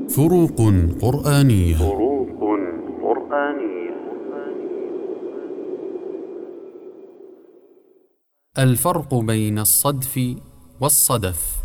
فروق قرآنية. الفرق بين الصدف والصدف.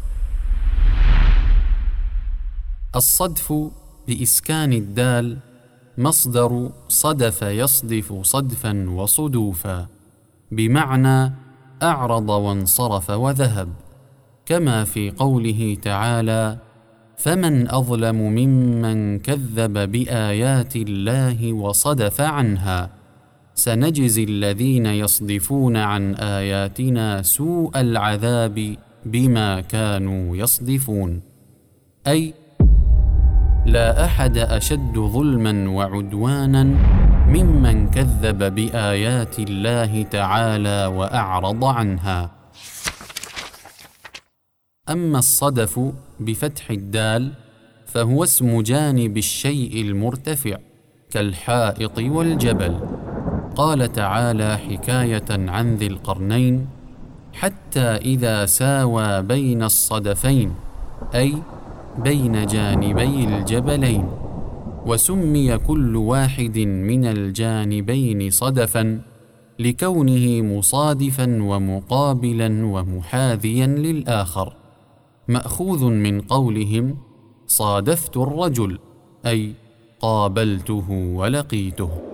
الصدف بإسكان الدال مصدر صدف يصدف صدفا وصدوفا، بمعنى أعرض وانصرف وذهب، كما في قوله تعالى: فمن أظلم ممن كذب بآيات الله وصدف عنها سنجزي الذين يصدفون عن آياتنا سوء العذاب بما كانوا يصدفون. أي لا أحد أشد ظلما وعدوانا ممن كذب بآيات الله تعالى وأعرض عنها. أما الصدف بفتح الدال فهو اسم جانب الشيء المرتفع كالحائط والجبل. قال تعالى حكاية عن ذي القرنين: حتى إذا ساوى بين الصدفين، أي بين جانبي الجبلين. وسمي كل واحد من الجانبين صدفا لكونه مصادفا ومقابلا ومحاذيا للآخر، مأخوذ من قولهم: صادفت الرجل، أي قابلته ولقيته.